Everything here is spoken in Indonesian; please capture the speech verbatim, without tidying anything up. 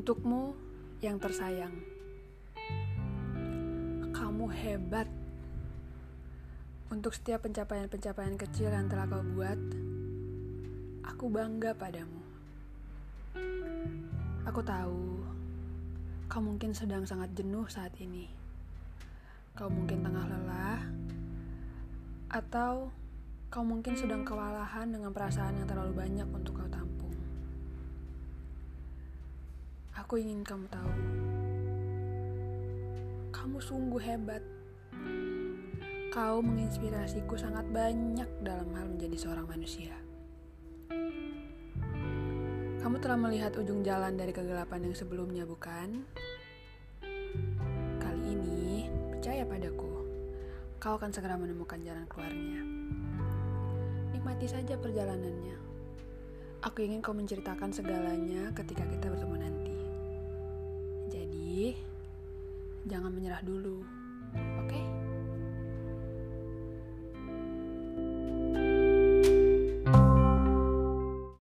Untukmu yang tersayang, kamu hebat. Untuk setiap pencapaian-pencapaian kecil yang telah kau buat, aku bangga padamu. Aku tahu, kau mungkin sedang sangat jenuh saat ini. Kau mungkin tengah lelah, atau kau mungkin sedang kewalahan dengan perasaan yang terlalu banyak untuk kau tampung. Aku ingin kamu tahu, kamu sungguh hebat. Kau menginspirasiku sangat banyak dalam hal menjadi seorang manusia. Kamu telah melihat ujung jalan dari kegelapan yang sebelumnya, bukan? Kali ini, percaya padaku, kau akan segera menemukan jalan keluarnya. Nikmati saja perjalanannya. Aku ingin kau menceritakan segalanya ketika kita bertemu nanti. Jadi, jangan menyerah dulu, oke?